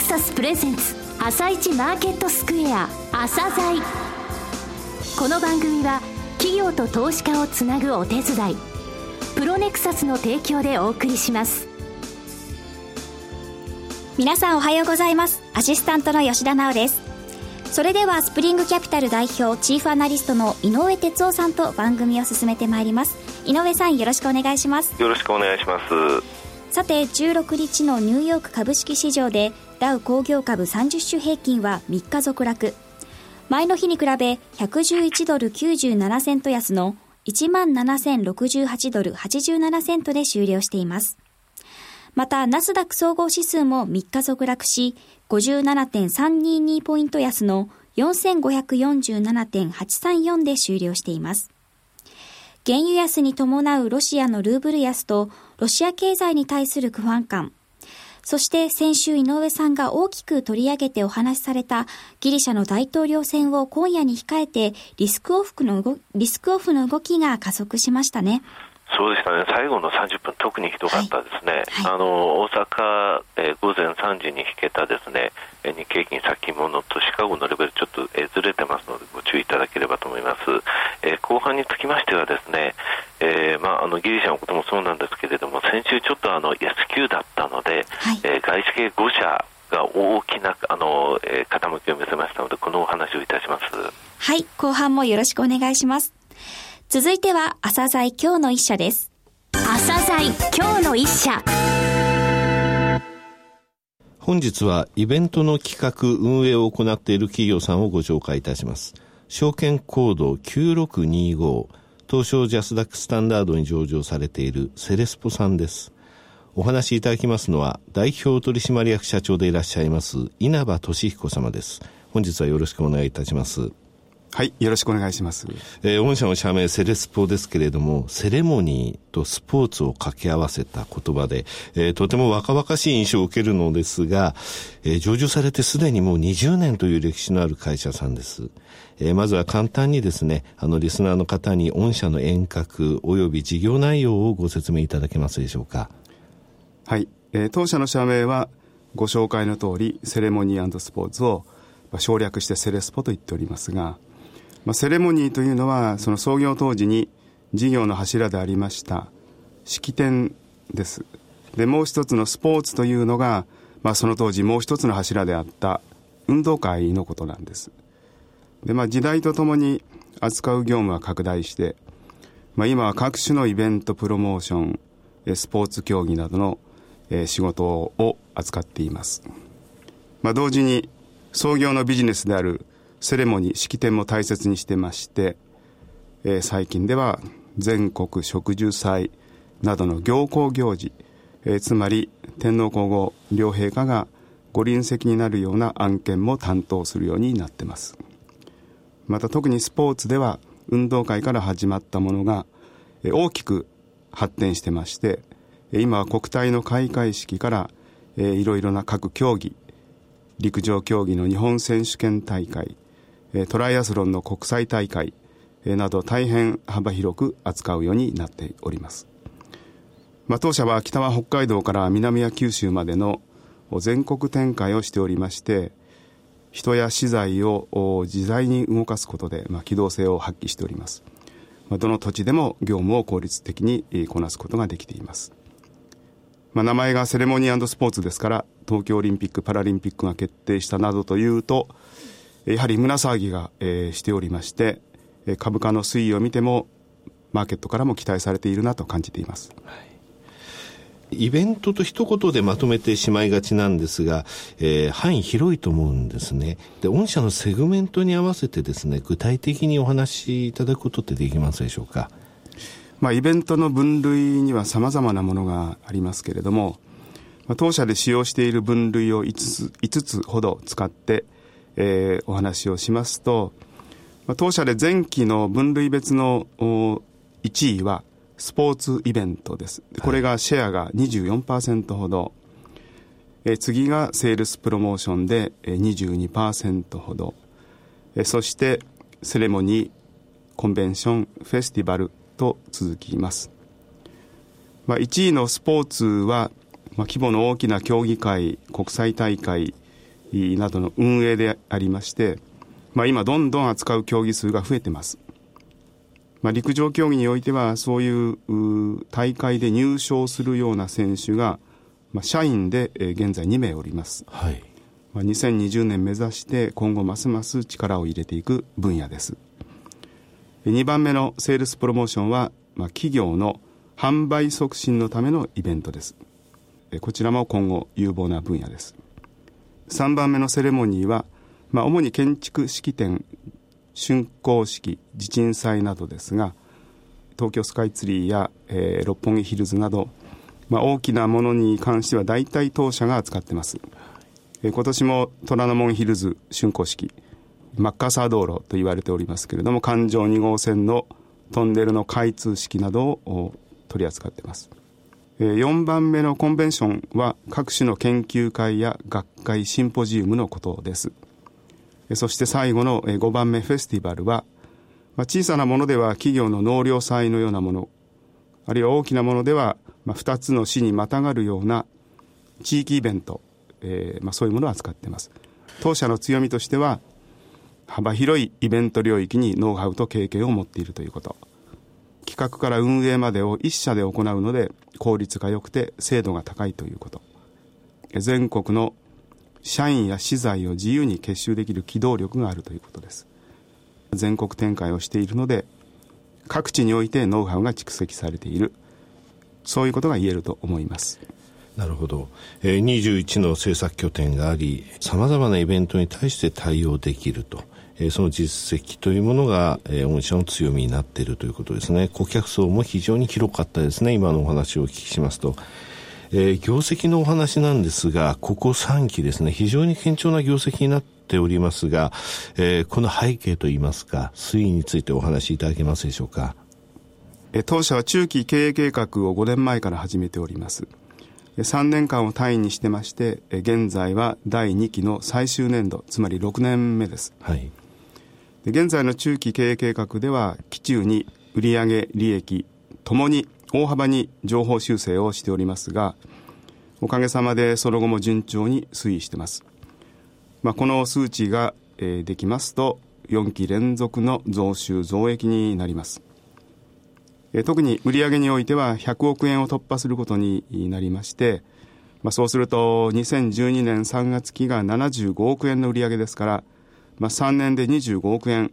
サスプレゼンツ朝市マーケットスクエア朝鮮。この番組は企業と投資家をつなぐお手伝いプロネクサスの提供でお送りします。 皆さんおはようございます。アシスタントの吉田直です。それではスプリングキャピタル代表チーフアナリストの井上哲夫さんと番組を進めてまいります。井上さん、よろしくお願いします。 よろしくお願いします。 さて、16日のニューヨーク株式市場でダウ工業株30種平均は3日続落、前の日に比べ111ドル97セント安の 17,068 ドル87セントで終了しています。またナスダック総合指数も3日続落し 57.322 ポイント安の 4547.834 で終了しています。原油安に伴うロシアのルーブル安とロシア経済に対する不安感、そして先週井上さんが大きく取り上げてお話しされたギリシャの大統領選を今夜に控えてリスクオフの動きが加速しましたね。 そうでしたね。最後の30分特にひどかったですね。大阪、午前3時に引けたですね、日経平均先物とシカゴのレベルちょっと、ずれてますのでご注意いただければと思います。後半につきましてはですね、ギリシャのこともそうなんですけれども、先週ちょっとS q だったので、外資系5社が大きな傾きを見せましたので、このお話をいたします。 はい、後半もよろしくお願いします。続いては朝鮮今日の一社です。 朝鮮今日の一社。 本日はイベントの企画運営を行っている企業さんをご紹介いたします。証券コード9625、東証ジャスダックスタンダードに上場されているセレスポさんです。お話しいただきますのは代表取締役社長でいらっしゃいます稲葉俊彦様です。本日はよろしくお願いいたします。 はい、よろしくお願いします。 御社の社名セレスポですけれども、セレモニーとスポーツを掛け合わせた言葉で、とても若々しい印象を受けるのですが、上場されてすでにもう20年という歴史のある会社さんです。まずは簡単にですね、リスナーの方に御社の遠隔および事業内容をご説明いただけますでしょうか。 はい、当社の社名はご紹介の通りセレモニー&スポーツを省略してセレスポと言っておりますが、セレモニーというのはその創業当時に事業の柱でありました式典です。で、もう一つのスポーツというのが、その当時もう一つの柱であった運動会のことなんです。で、時代とともに扱う業務は拡大して、今は各種のイベントプロモーション、スポーツ競技などの仕事を扱っています。同時に創業のビジネスであるセレモニー、式典も大切にしてまして、最近では全国植樹祭などの行幸行事、つまり天皇皇后両陛下がご臨席になるような案件も担当するようになってます。また特にスポーツでは運動会から始まったものが大きく発展してまして、今は国体の開会式からいろいろな各競技、陸上競技の日本選手権大会、トライアスロンの国際大会など大変幅広く扱うようになっております。当社は北は北海道から南は九州までの全国展開をしておりまして、人や資材を自在に動かすことで機動性を発揮しております。どの土地でも業務を効率的にこなすことができています。名前がセレモニー&スポーツですから、東京オリンピック・パラリンピックが決定したなどというと、やはり胸騒ぎがしておりまして、株価の推移を見てもマーケットからも期待されているなと感じています。 イベントと一言でまとめてしまいがちなんですが、範囲広いと思うんですね。で、御社のセグメントに合わせてですね、具体的にお話しいただくことってできますでしょうか。 イベントの分類には様々なものがありますけれども、当社で使用している分類を5つほど使ってお話をしますと、当社で前期の分類別の1位はスポーツイベントです。これがシェアが 24% ほど、次がセールスプロモーションで 22% ほど、そしてセレモニー、コンベンション、フェスティバルと続きます。1位のスポーツは、規模の大きな競技会、国際大会、 などの運営でありまして、今どんどん扱う競技数が増えています。陸上競技においてはそういう大会で入賞するような選手が、社員で現在2名おります。 はい。 2020年目指して今後ますます力を入れていく分野です。2番目のセールスプロモーションは、企業の販売促進のためのイベントです。こちらも今後有望な分野です。3番目のセレモニーは、主に建築式典、竣工式、地鎮祭などですが、東京スカイツリーや、六本木ヒルズなど、大きなものに関しては大体当社が扱っています。今年も虎ノ門ヒルズ竣工式、マッカーサー道路と言われておりますけれども、環状2号線のトンネルの開通式などを取り扱っています。4番目のコンベンションは各種の研究会や学会シンポジウムのことです。そして最後の5番目フェスティバルは、小さなものでは企業の納涼祭のようなもの、あるいは大きなものでは2つの市にまたがるような地域イベント、そういうものを扱っています。当社の強みとしては幅広いイベント領域にノウハウと経験を持っているということ、企画から運営までを一社で行うので効率が良くて精度が高いということ、全国の社員や資材を自由に結集できる機動力があるということです。全国展開をしているので各地においてノウハウが蓄積されている、そういうことが言えると思います。 なるほど。21の制作拠点があり、様々なイベントに対して対応できると、その実績というものが、御社の強みになっているということですね。顧客層も非常に広かったですね。今のお話をお聞きしますと、業績のお話なんですが、ここ3期ですね、非常に堅調な業績になっておりますが、この背景といいますか、推移についてお話しいただけますでしょうか。 当社は中期経営計画を5年前から始めております。3年間を単位にしてまして、現在は第2期の最終年度、つまり6年目です。 はい。 現在の中期経営計画では期中に売上利益ともに大幅に上方修正をしておりますが、おかげさまでその後も順調に推移しています。この数値ができますと4期連続の増収増益になります。特に売上においては100億円を突破することになりまして、そうすると2012年3月期が75億円の売上ですから、3年で25億円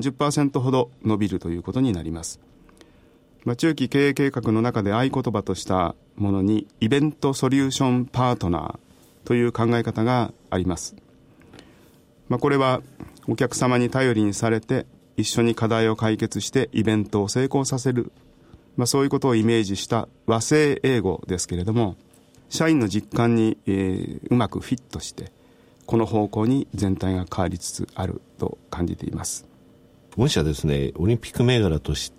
30% ほど伸びるということになります。中期経営計画の中で合言葉としたものにイベントソリューションパートナーという考え方があります。これはお客様に頼りにされて一緒に課題を解決してイベントを成功させる、そういうことをイメージした和製英語ですけれども、社員の実感に、うまくフィットしてこの方向に全体が変わりつつあると感じています。 御社ですね、オリンピック銘柄として、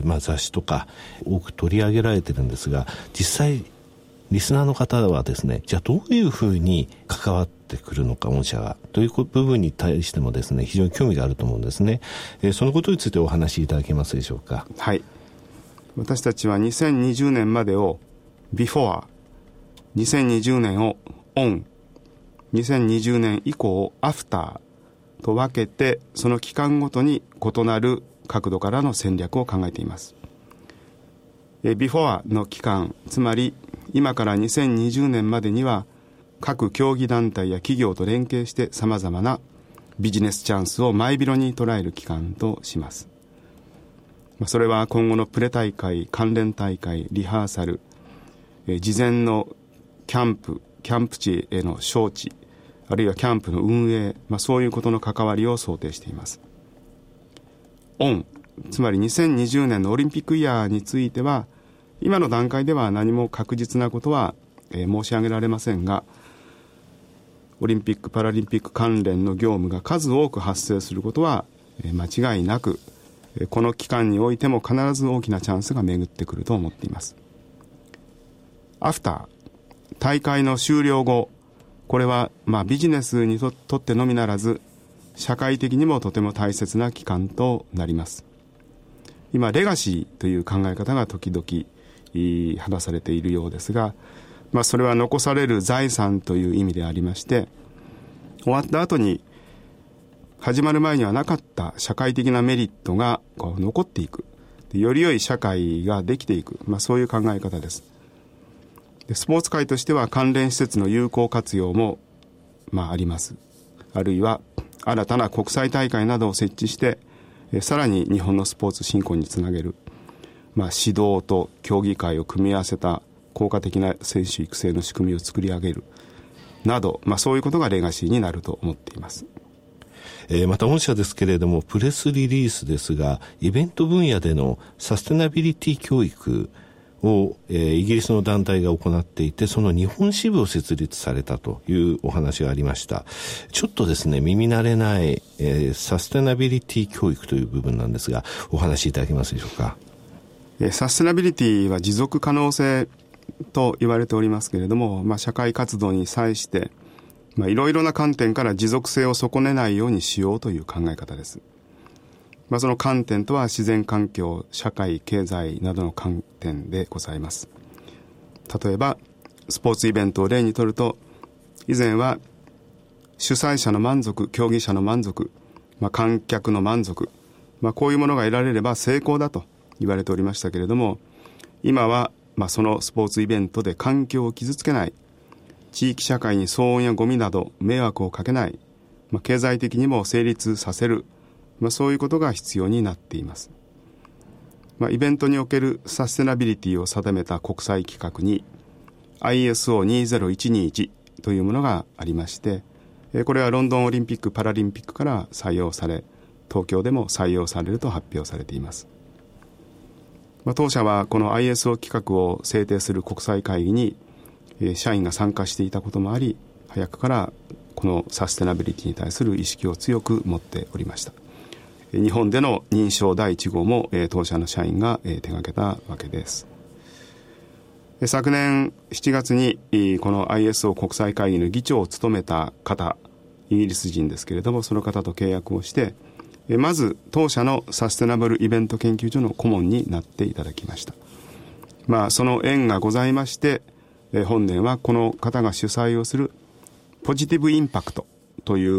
雑誌とか多く取り上げられてるんですが、実際リスナーの方はですね、じゃあどういうふうに関わってくるのか、御社がという部分に対してもですね、非常に興味があると思うんですね。そのことについてお話しいただけますでしょうか。 はい。私たちは2020年までを Before、2020年を On、2020年以降を Afterと分けて、その期間ごとに異なる角度からの戦略を考えています。Before の期間、つまり今から2020年までには各競技団体や企業と連携して様々なビジネスチャンスを前広に捉える期間とします。それは今後のプレ大会、関連大会、リハーサル、事前のキャンプ地への招致、あるいはキャンプの運営、そういうことの関わりを想定しています。オン、つまり2020年のオリンピックイヤーについては、今の段階では何も確実なことは、申し上げられませんが、オリンピック・パラリンピック関連の業務が数多く発生することは間違いなく、この期間においても必ず大きなチャンスが巡ってくると思っています。アフター、大会の終了後、これはビジネスにとってのみならず社会的にもとても大切な期間となります。今レガシーという考え方が時々話されているようですが、それは残される財産という意味でありまして、 終わった後に始まる前にはなかった社会的なメリットがこう残っていく、より良い社会ができていく、そういう考え方です。でスポーツ界としては関連施設の有効活用もあります。あるいは新たな国際大会などを設置してさらに日本のスポーツ振興につなげる、指導と競技会を組み合わせた効果的な選手育成の仕組みを作り上げるなど、そういうことがレガシーになると思っています。 また御社ですけれども、プレスリリースですが、イベント分野でのサステナビリティ教育を、イギリスの団体が行っていて、その日本支部を設立されたというお話がありました。ちょっとですね、耳慣れない、サステナビリティ教育という部分なんですが、お話しいただけますでしょうか。 サステナビリティは持続可能性と言われておりますけれども、社会活動に際していろいろな観点から持続性を損ねないようにしようという考え方です。その観点とは自然環境、社会、経済などの観点でございます。例えばスポーツイベントを例にとると、以前は主催者の満足、競技者の満足、観客の満足、こういうものが得られれば成功だと言われておりましたけれども、今はそのスポーツイベントで環境を傷つけない、地域社会に騒音やゴミなど迷惑をかけない、経済的にも成立させる、そういうことが必要になっています。イベントにおけるサステナビリティを定めた国際規格に ISO20121 というものがありまして、これはロンドンオリンピック・パラリンピックから採用され、東京でも採用されると発表されています。当社はこの ISO 規格を制定する国際会議に社員が参加していたこともあり、早くからこのサステナビリティに対する意識を強く持っておりました。日本での認証第1号も当社の社員が手掛けたわけです。昨年7月にこの ISO 国際会議の議長を務めた方、イギリス人ですけれども、その方と契約をして、まず当社のサステナブルイベント研究所の顧問になっていただきました。その縁がございまして、本年はこの方が主催をするポジティブインパクトという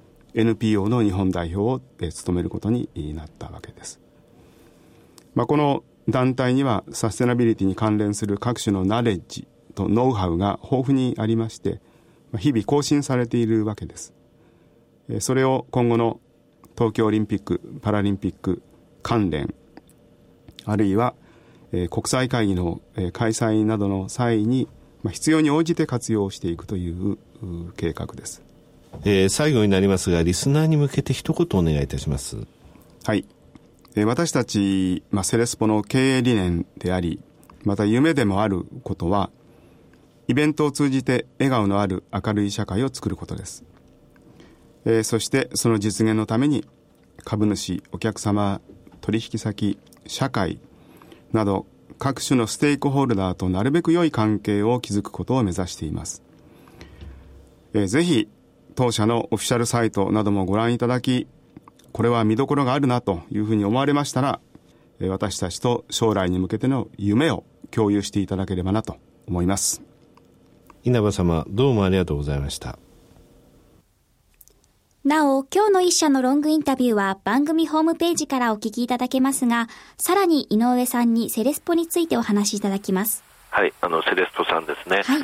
NPO の日本代表を務めることになったわけです。この団体にはサステナビリティに関連する各種のナレッジとノウハウが豊富にありまして、日々更新されているわけです。それを今後の東京オリンピック・パラリンピック関連、あるいは国際会議の開催などの際に必要に応じて活用していくという計画です。 最後になりますが、リスナーに向けて一言お願いいたします。 はい。私たち、セレスポの経営理念であり、また夢でもあることは、イベントを通じて笑顔のある明るい社会を作ることです。そしてその実現のために株主、お客様、取引先、社会など各種のステークホルダーとなるべく良い関係を築くことを目指しています。ぜひ当社のオフィシャルサイトなどもご覧いただき、これは見どころがあるなというふうに思われましたら、私たちと将来に向けての夢を共有していただければなと思います。 稲葉様、どうもありがとうございました。 なお、今日の一社のロングインタビューは番組ホームページからお聞きいただけますが、さらに井上さんにセレスポについてお話しいただきます。 はい、セレスポさんですね。 はい、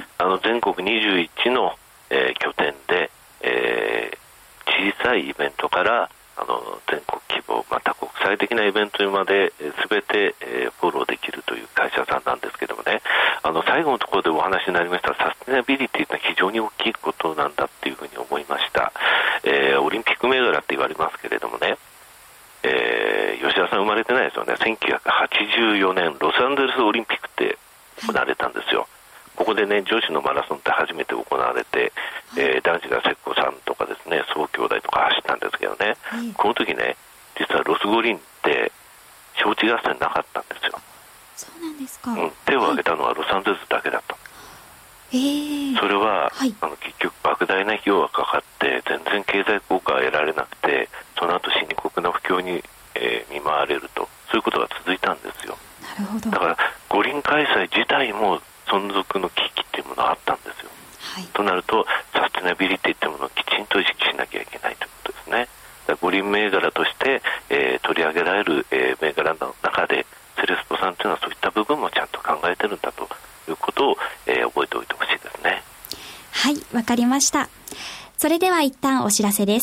全国21の、拠点で、小さいイベントから全国規模、また国際的なイベントにまで全て、フォローできるという会社さんなんですけどもね、最後のところでお話になりましたサステナビリティというのは非常に大きいことなんだっていうふうに思いました。オリンピック銘柄って言われますけれどもね、吉田さん生まれてないですよね。1984年ロサンゼルスオリンピックって行われたんですよ。ここでね、女子のマラソンって初めて行われて、男子が瀬古さんとかですね、宋兄弟とか走ったんですけどね、この時ね、実はロス五輪って招致合戦なかったんですよ。 そうなんですか。 手を挙げたのはロサンゼルスだけだった。それは、結局莫大な費用がかかって全然経済効果が得られなくて、その後深刻な不況に、見舞われると、そういうことが続いたんですよ。 なるほど。 だから五輪開催自体も存続の危機っていうものがあったんですよ。となるとササステナビリティというものをきちんと意識しなきゃいけないということですね。五輪銘柄として、取り上げられる、銘柄の中でセレスポさんというのはそういった部分もちゃんと考えてるんだということを、覚えておいてほしいですね。 はい、わかりました。それでは一旦お知らせです。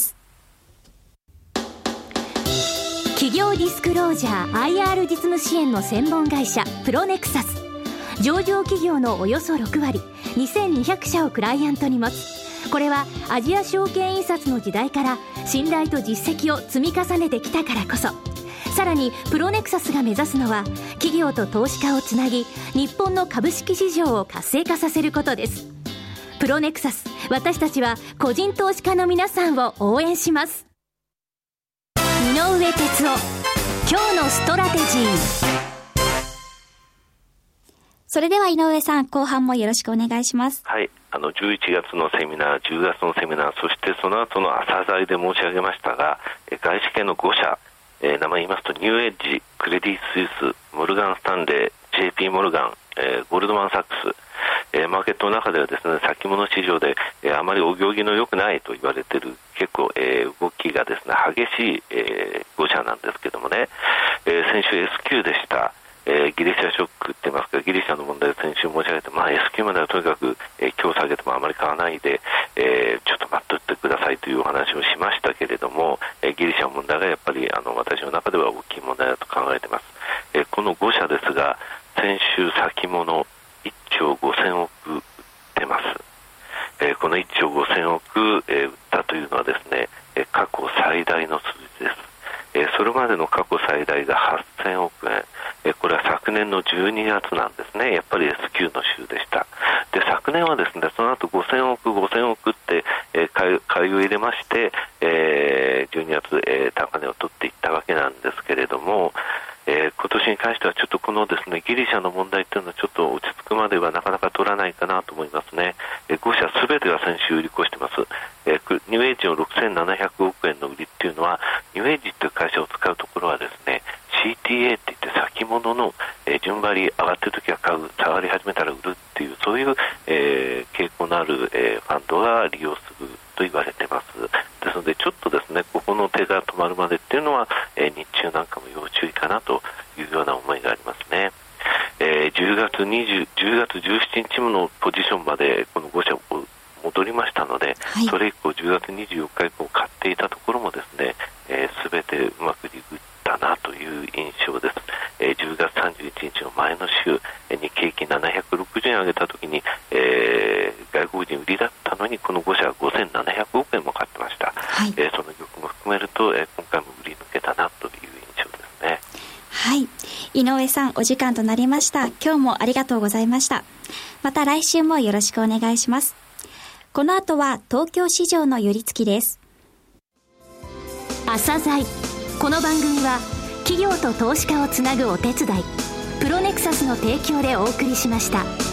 企業ディスクロージャー IR 実務支援の専門会社プロネクサス。上場企業のおよそ6割2200社をクライアントに持つ。これはアジア証券印刷の時代から信頼と実績を積み重ねてきたからこそ。さらにプロネクサスが目指すのは企業と投資家をつなぎ、日本の株式市場を活性化させることです。プロネクサス、私たちは個人投資家の皆さんを応援します。井上哲夫、今日のストラテジー。 それでは井上さん、後半もよろしくお願いします。 はい、11月のセミナー、10月のセミナー、そしてその後の朝鮮で申し上げましたが、外資系の5社、名前言いますとニューエッジ、クレディ・スイス、モルガン・スタンレー、JP モルガン、ゴールドマン・サックス、マーケットの中ではですね、先物市場で、あまりお行儀の良くないと言われている結構、動きがですね激しい、5社なんですけどもね、先週 S q でした。ギリシャショックって言いますか、ギリシャの問題を先週申し上げて、S q まではとにかく、今日下げてもあまり買わないで、ちょっと待っとってくださいというお話をしましたけれども、ギリシャの問題がやっぱり私の中では大きい問題だと考えています。この5社ですが、先週先物1兆5000億売ってます。この1兆5000億、売ったというのはですね、過去最大の数字です。それまでの過去最大が8000億円、これは昨年の12月なんですね。やっぱり S q の週でした。で、昨年はですね、その後5000億って、買いを入れまして、12月、高値を取っていったわけなんですけれども、今年に関してはちょっとこのですね、ギリシャの問題というのはちょっと落ち着くまではなかなか取らないかなと思いますね。5社すべてが先週売り越してます。ニューエッジの6700億円の売りっていうのは、ニューエッジという会社を使うところはですね、CTA って言って先物の、順張り上がってるときは買う、下がり始めたら売るっていう、そういう、傾向のある、ファンドが利用すると言われています。ですのでちょっとですね、ここの手が止まるまでっていうのは、日中なんかも要注意かなというような思いがありますね。10月17日のポジションまでこの5社戻りましたので、はい、それ以降10月24日以降買っていたところもですね、全てうまくリグったなという印象です。10月31日の前の週、日経平均760円上げたときに、外国人売りだったのにこの5社は5700億円も買ってました。はい、その玉も含めると、今回も売り抜けたなという印象ですね。 はい、井上さん、お時間となりました。今日もありがとうございました。また来週もよろしくお願いします。この後は東京市場の寄り付きです。 朝鮮、この番組は企業と投資家をつなぐお手伝い、プロネクサスの提供でお送りしました。